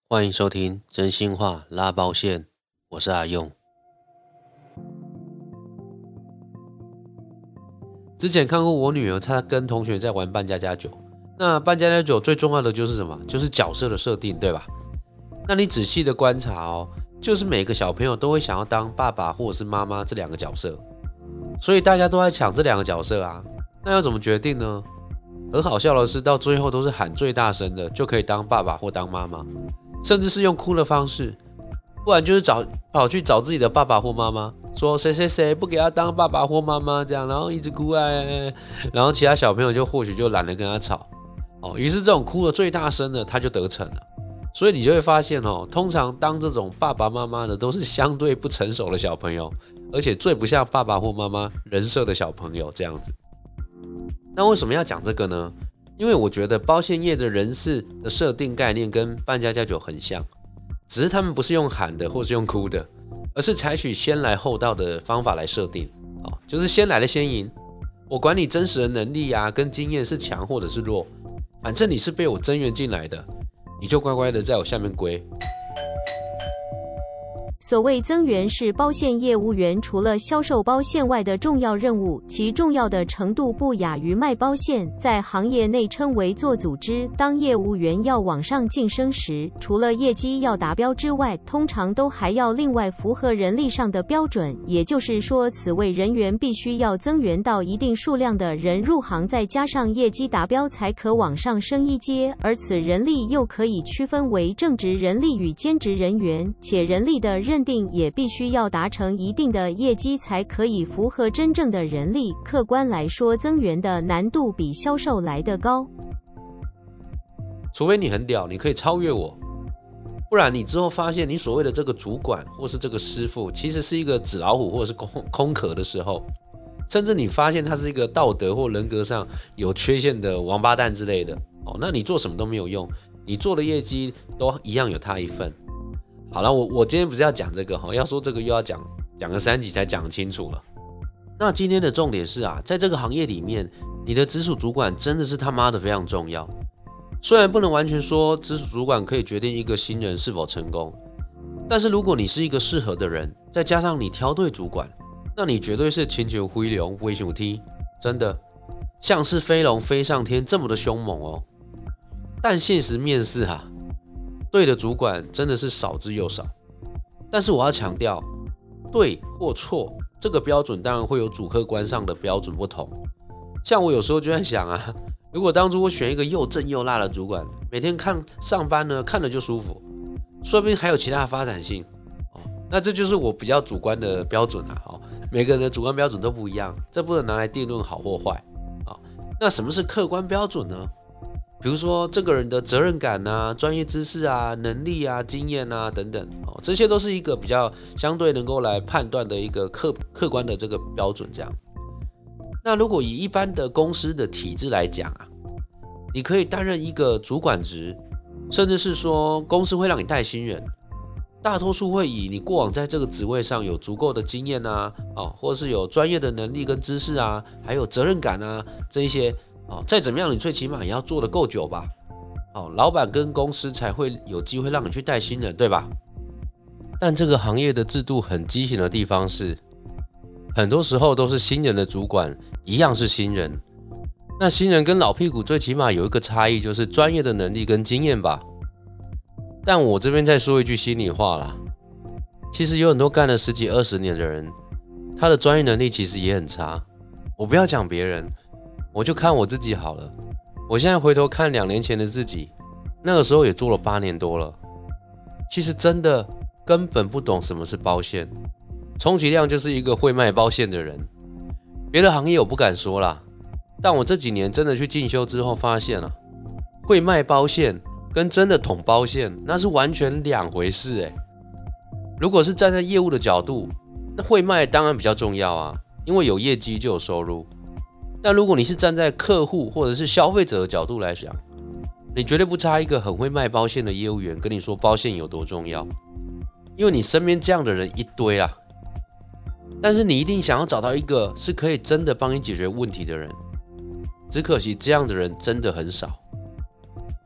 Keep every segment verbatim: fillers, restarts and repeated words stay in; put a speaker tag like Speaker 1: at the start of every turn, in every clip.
Speaker 1: 欢迎收听真心话拉包线，我是阿用。之前看过我女儿，她跟同学在玩扮家家酒。那扮家家酒最重要的就是什么？就是角色的设定，对吧？那你仔细的观察哦，就是每个小朋友都会想要当爸爸或者是妈妈这两个角色，所以大家都在抢这两个角色啊。那要怎么决定呢？很好笑的是，到最后都是喊最大声的就可以当爸爸或当妈妈，甚至是用哭的方式，不然就是找跑去找自己的爸爸或妈妈，说谁谁谁不给他当爸爸或妈妈这样，然后一直哭哎，然后其他小朋友就或许就懒得跟他吵，哦，于是这种哭的最大声的他就得逞了。所以你就会发现哦，通常当这种爸爸妈妈的都是相对不成熟的小朋友，而且最不像爸爸或妈妈人设的小朋友这样子。那为什么要讲这个呢？因为我觉得包馅业的人事的设定概念跟扮家家酒很像，只是他们不是用喊的或是用哭的，而是采取先来后到的方法来设定，哦，就是先来的先赢。我管你真实的能力啊跟经验是强或者是弱，反正你是被我增援进来的，你就乖乖的在我下面归。
Speaker 2: 所谓增援是包馅业务员除了销售包馅外的重要任务，其重要的程度不亚于卖包馅，在行业内称为做组织。当业务员要往上晋升时，除了业绩要达标之外，通常都还要另外符合人力上的标准，也就是说，此位人员必须要增援到一定数量的人入行，再加上业绩达标才可往上升一阶，而此人力又可以区分为正职人力与兼职人员，且人力的认定也必须要达成一定的业绩才可以符合真正的人力。客观来说，增援的难度比销售来得高。
Speaker 1: 除非你很屌，你可以超越我，不然你之后发现你所谓的这个主管或是这个师傅其实是一个纸老虎或者是空空壳的时候，甚至你发现他是一个道德或人格上有缺陷的王八蛋之类的，哦，那你做什么都没有用，你做的业绩都一样有他一份。好了，我我今天不是要讲这个，要说这个又要讲讲个三集才讲清楚了。那今天的重点是啊，在这个行业里面，你的直属主管真的是他妈的非常重要。虽然不能完全说直属主管可以决定一个新人是否成功，但是如果你是一个适合的人，再加上你挑对主管，那你绝对是千球飞龙飞上天，真的像是飞龙飞上天这么的凶猛哦。但现实面试啊，对的主管真的是少之又少。但是我要强调，对或错这个标准当然会有主客观上的标准不同。像我有时候就在想啊，如果当初我选一个又正又辣的主管，每天看上班呢看着就舒服，说不定还有其他的发展性，哦，那这就是我比较主观的标准啊，哦，每个人的主观标准都不一样，这不能拿来定论好或坏，哦，那什么是客观标准呢？比如说这个人的责任感啊、专业知识啊、能力啊、经验啊等等，哦，这些都是一个比较相对能够来判断的一个 客, 客观的这个标准。这样，那如果以一般的公司的体制来讲啊，你可以担任一个主管职，甚至是说公司会让你带新人，大多数会以你过往在这个职位上有足够的经验啊，哦，或是有专业的能力跟知识啊，还有责任感啊这一些。哦，再怎么样，你最起码也要做得够久吧？哦，老板跟公司才会有机会让你去带新人，对吧？但这个行业的制度很畸形的地方是，很多时候都是新人的主管一样是新人。那新人跟老屁股最起码有一个差异，就是专业的能力跟经验吧。但我这边再说一句心里话啦，其实有很多干了十几二十年的人，他的专业能力其实也很差。我不要讲别人，我就看我自己好了。我现在回头看两年前的自己，那个时候也做了八年多了，其实真的根本不懂什么是包馅，充其量就是一个会卖包馅的人。别的行业我不敢说啦，但我这几年真的去进修之后发现了，会卖包馅跟真的懂包馅那是完全两回事欸。如果是站在业务的角度，那会卖当然比较重要啊，因为有业绩就有收入。但如果你是站在客户或者是消费者的角度来想，你绝对不差一个很会卖包馅的业务员跟你说包馅有多重要，因为你身边这样的人一堆啊。但是你一定想要找到一个是可以真的帮你解决问题的人，只可惜这样的人真的很少。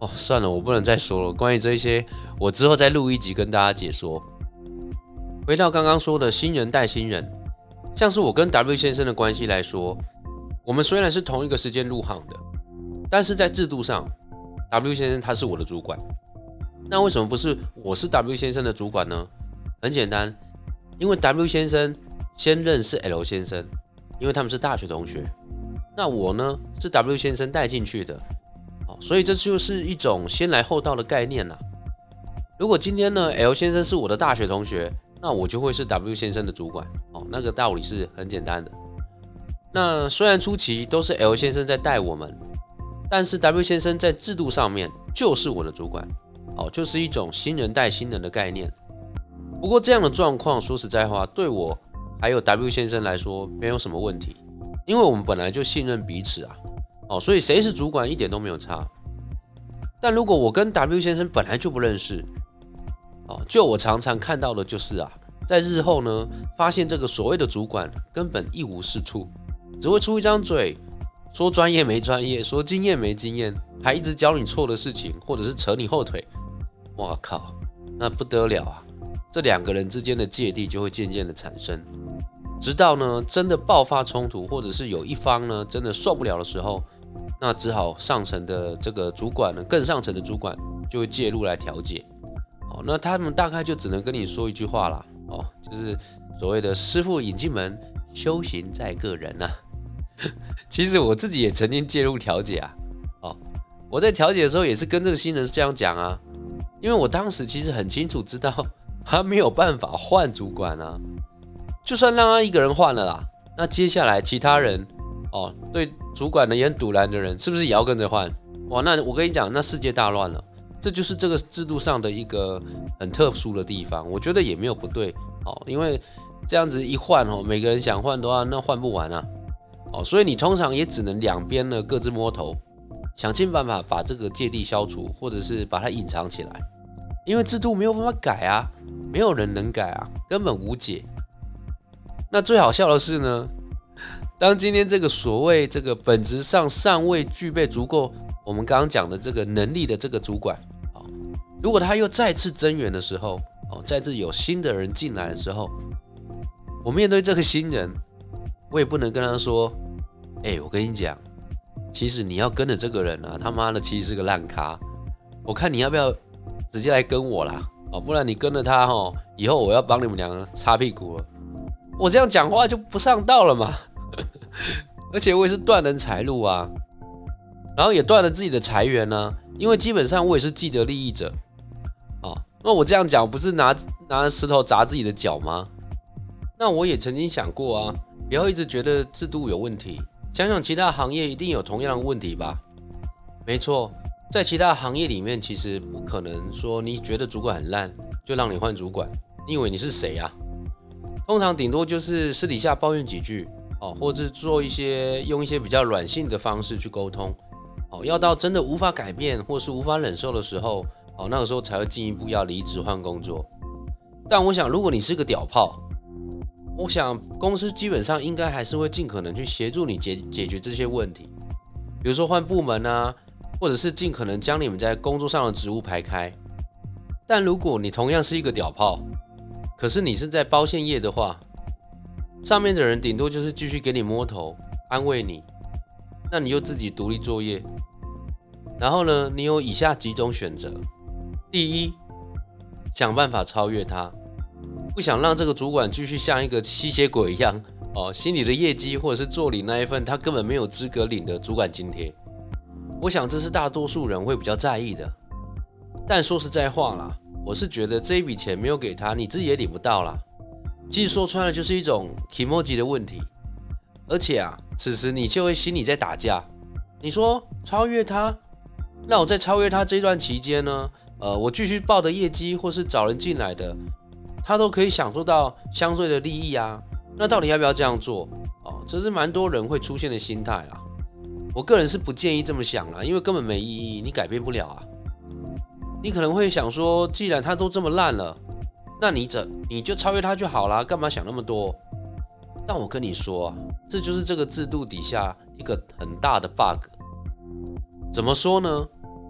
Speaker 1: 哦，算了，我不能再说了。关于这些，我之后再录一集跟大家解说。回到刚刚说的新人带新人，像是我跟 W 先生的关系来说，我们虽然是同一个时间入行的，但是在制度上 ，W 先生他是我的主管。那为什么不是我是 W 先生的主管呢？很简单，因为 W 先生先认识 L 先生，因为他们是大学同学。那我呢是 W 先生带进去的，所以这就是一种先来后到的概念啦。如果今天呢 L 先生是我的大学同学，那我就会是 W 先生的主管，哦，那个道理是很简单的。那虽然初期都是 L 先生在带我们，但是 W 先生在制度上面就是我的主管，哦，就是一种新人带新人的概念。不过这样的状况，说实在话，对我还有 W 先生来说没有什么问题，因为我们本来就信任彼此啊，哦，所以谁是主管一点都没有差。但如果我跟 W 先生本来就不认识，哦，就我常常看到的就是啊，在日后呢，发现这个所谓的主管根本一无是处，只会出一张嘴，说专业没专业，说经验没经验，还一直教你错的事情，或者是扯你后腿。哇靠，那不得了啊！这两个人之间的芥蒂就会渐渐的产生，直到呢真的爆发冲突，或者是有一方呢真的受不了的时候，那只好上层的这个主管呢，更上层的主管就会介入来调解。哦，那他们大概就只能跟你说一句话啦，哦，就是所谓的师傅引进门，修行在个人啊。其实我自己也曾经介入调解啊，哦，我在调解的时候也是跟这个新人这样讲啊，因为我当时其实很清楚知道他没有办法换主管啊，就算让他一个人换了啦，那接下来其他人哦对主管呢也很堵拦的人，是不是也要跟着换？哇，那我跟你讲，那世界大乱了。这就是这个制度上的一个很特殊的地方，我觉得也没有不对哦，因为这样子一换哦，每个人想换的话，那换不完啊，哦，所以你通常也只能两边呢各自摸头，想尽办法把这个芥蒂消除，或者是把它隐藏起来，因为制度没有办法改啊，没有人能改啊，根本无解。那最好笑的是呢，当今天这个所谓这个本质上尚未具备足够我们刚刚讲的这个能力的这个主管，如果他又再次增援的时候，哦，再次有新的人进来的时候，我面对这个新人，我也不能跟他说，哎、欸，我跟你讲，其实你要跟着这个人啊，他妈的其实是个烂咖，我看你要不要直接来跟我啦，哦，不然你跟着他哦，以后我要帮你们两个擦屁股了。我这样讲话就不上道了嘛，而且我也是断人财路啊，然后也断了自己的财源啊，因为基本上我也是既得利益者。哦，那我这样讲不是拿拿石头砸自己的脚吗？那我也曾经想过啊，不要一直觉得制度有问题，想想其他行业一定有同样的问题吧。没错，在其他行业里面，其实不可能说你觉得主管很烂就让你换主管，你以为你是谁啊？通常顶多就是私底下抱怨几句，哦，或者做一些用一些比较软性的方式去沟通，哦，要到真的无法改变或是无法忍受的时候。哦，那个时候才会进一步要离职换工作。但我想，如果你是个屌炮，我想公司基本上应该还是会尽可能去协助你解解决这些问题，比如说换部门啊，或者是尽可能将你们在工作上的职务排开。但如果你同样是一个屌炮，可是你是在包馅业的话，上面的人顶多就是继续给你摸头，安慰你，那你就自己独立作业。然后呢，你有以下几种选择。第一，想办法超越他，不想让这个主管继续像一个吸血鬼一样，哦，心里的业绩或者是做领那一份他根本没有资格领的主管津贴。我想这是大多数人会比较在意的。但说实在话啦，我是觉得这一笔钱没有给他，你自己也领不到啦。其实说穿了就是一种 kimoji 的问题。而且啊，此时你就会心里在打架。你说超越他，那我在超越他这段期间呢？呃，我继续报的业绩或是找人进来的，他都可以享受到相对的利益啊。那到底要不要这样做？哦，这是蛮多人会出现的心态啦。我个人是不建议这么想啦，因为根本没意义，你改变不了啊。你可能会想说，既然他都这么烂了，那你怎你就超越他就好啦，干嘛想那么多？但我跟你说啊，这就是这个制度底下一个很大的 bug。怎么说呢？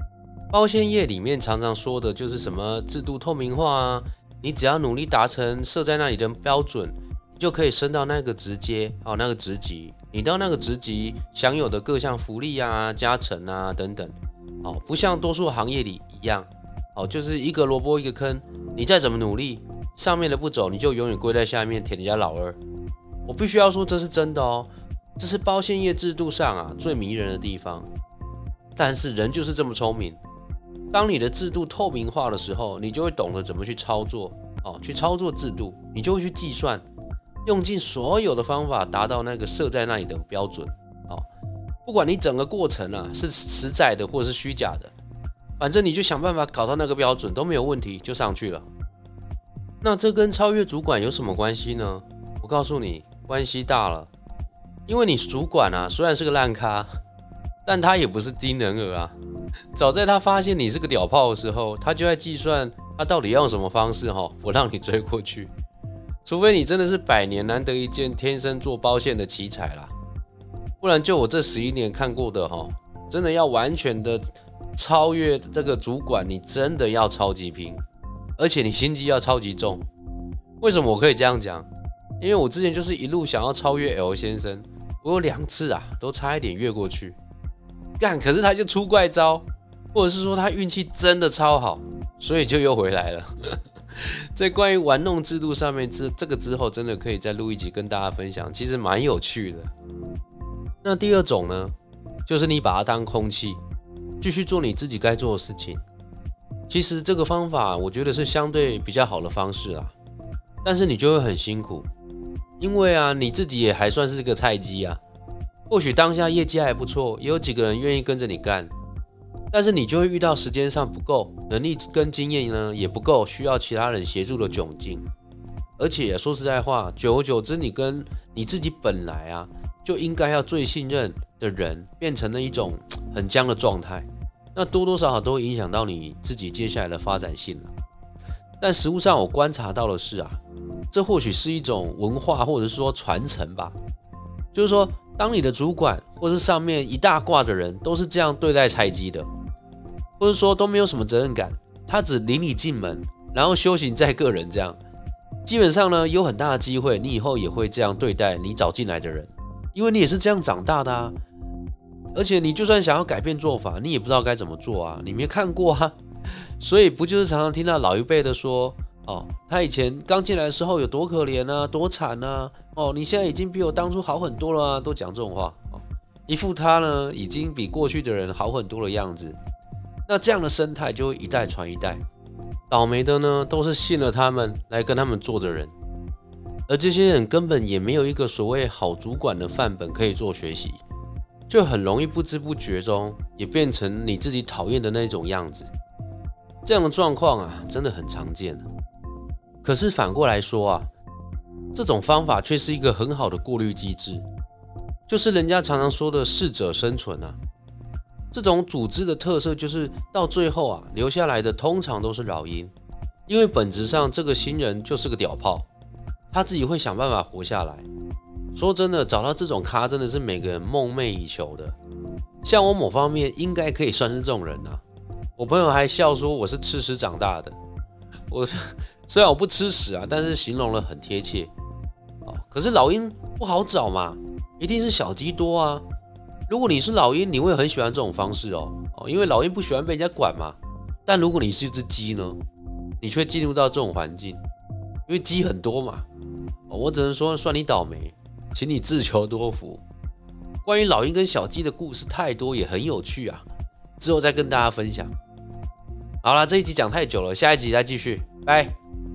Speaker 1: 包馅业里面常常说的就是什么制度透明化啊，你只要努力达成设在那里的标准，你就可以升到那个职阶，哦，那个职级，你到那个职级享有的各项福利啊、加成啊等等，哦，不像多数行业里一样，哦，就是一个萝卜一个坑，你再怎么努力，上面的不走，你就永远跪在下面舔人家老二。我必须要说这是真的哦，这是包馅业制度上啊最迷人的地方。但是人就是这么聪明，当你的制度透明化的时候，你就会懂得怎么去操作，哦，去操作制度，你就会去计算，用尽所有的方法达到那个设在那里的标准，哦，不管你整个过程啊是实在的或者是虚假的，反正你就想办法搞到那个标准都没有问题，就上去了。那这跟超越主管有什么关系呢？我告诉你，关系大了。因为你主管啊，虽然是个烂咖，但他也不是低能儿啊。早在他发现你是个屌炮的时候，他就在计算他到底要用什么方式齁，不让你追过去。除非你真的是百年难得一见天生做包馅的奇才啦，不然就我这十一年看过的齁，真的要完全的超越这个主管，你真的要超级拼，而且你心机要超级重。为什么我可以这样讲？因为我之前就是一路想要超越 L 先生，我有两次啊，都差一点越过去。干，可是他就出怪招，或者是说他运气真的超好，所以就又回来了。在关于玩弄制度上面，这这个之后真的可以再录一集跟大家分享，其实蛮有趣的。那第二种呢，就是你把它当空气，继续做你自己该做的事情。其实这个方法我觉得是相对比较好的方式啦，但是你就会很辛苦，因为啊你自己也还算是个菜鸡啊。或许当下业绩还不错，也有几个人愿意跟着你干，但是你就会遇到时间上不够，能力跟经验呢也不够，需要其他人协助的窘境。而且说实在话，久而久之，你跟你自己本来啊就应该要最信任的人，变成了一种很僵的状态，那多多少少都会影响到你自己接下来的发展性了。但实务上我观察到的是啊，这或许是一种文化或者是说传承吧，就是说当你的主管或是上面一大挂的人都是这样对待菜鸡的，或者说都没有什么责任感，他只领你进门，然后修行在个人，这样基本上呢有很大的机会你以后也会这样对待你找进来的人，因为你也是这样长大的啊。而且你就算想要改变做法，你也不知道该怎么做啊，你没看过啊。所以不就是常常听到老一辈的说，哦，他以前刚进来的时候有多可怜啊，多惨啊，哦，你现在已经比我当初好很多了啊，都讲这种话，哦，一副他呢已经比过去的人好很多的样子。那这样的生态就会一代传一代，倒霉的呢都是信了他们来跟他们做的人，而这些人根本也没有一个所谓好主管的范本可以做学习，就很容易不知不觉中也变成你自己讨厌的那种样子。这样的状况啊，真的很常见。可是反过来说啊，这种方法却是一个很好的过滤机制，就是人家常常说的适者生存啊。这种组织的特色就是到最后啊，留下来的通常都是老鹰，因为本质上这个新人就是个屌炮，他自己会想办法活下来。说真的，找到这种咖真的是每个人梦寐以求的。像我某方面应该可以算是这种人啊。我朋友还笑说我是吃屎长大的。我虽然我不吃屎啊，但是形容了很贴切。哦，可是老鹰不好找嘛，一定是小鸡多啊。如果你是老鹰，你会很喜欢这种方式哦，哦，因为老鹰不喜欢被人家管嘛。但如果你是一只鸡呢，你却进入到这种环境，因为鸡很多嘛。哦，我只能说算你倒霉，请你自求多福。关于老鹰跟小鸡的故事太多，也很有趣啊，之后再跟大家分享。好啦，这一集讲太久了，下一集再继续，拜。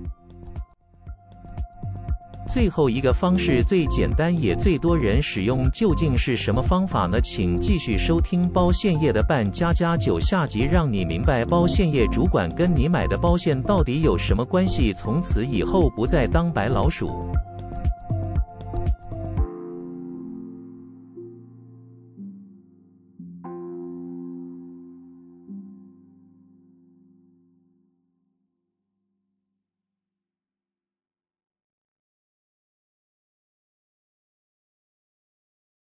Speaker 3: 最后一个方式最简单也最多人使用，究竟是什么方法呢？请继续收听包馅业的扮家家酒下集，让你明白包馅业主管跟你买的包馅到底有什么关系，从此以后不再当白老鼠。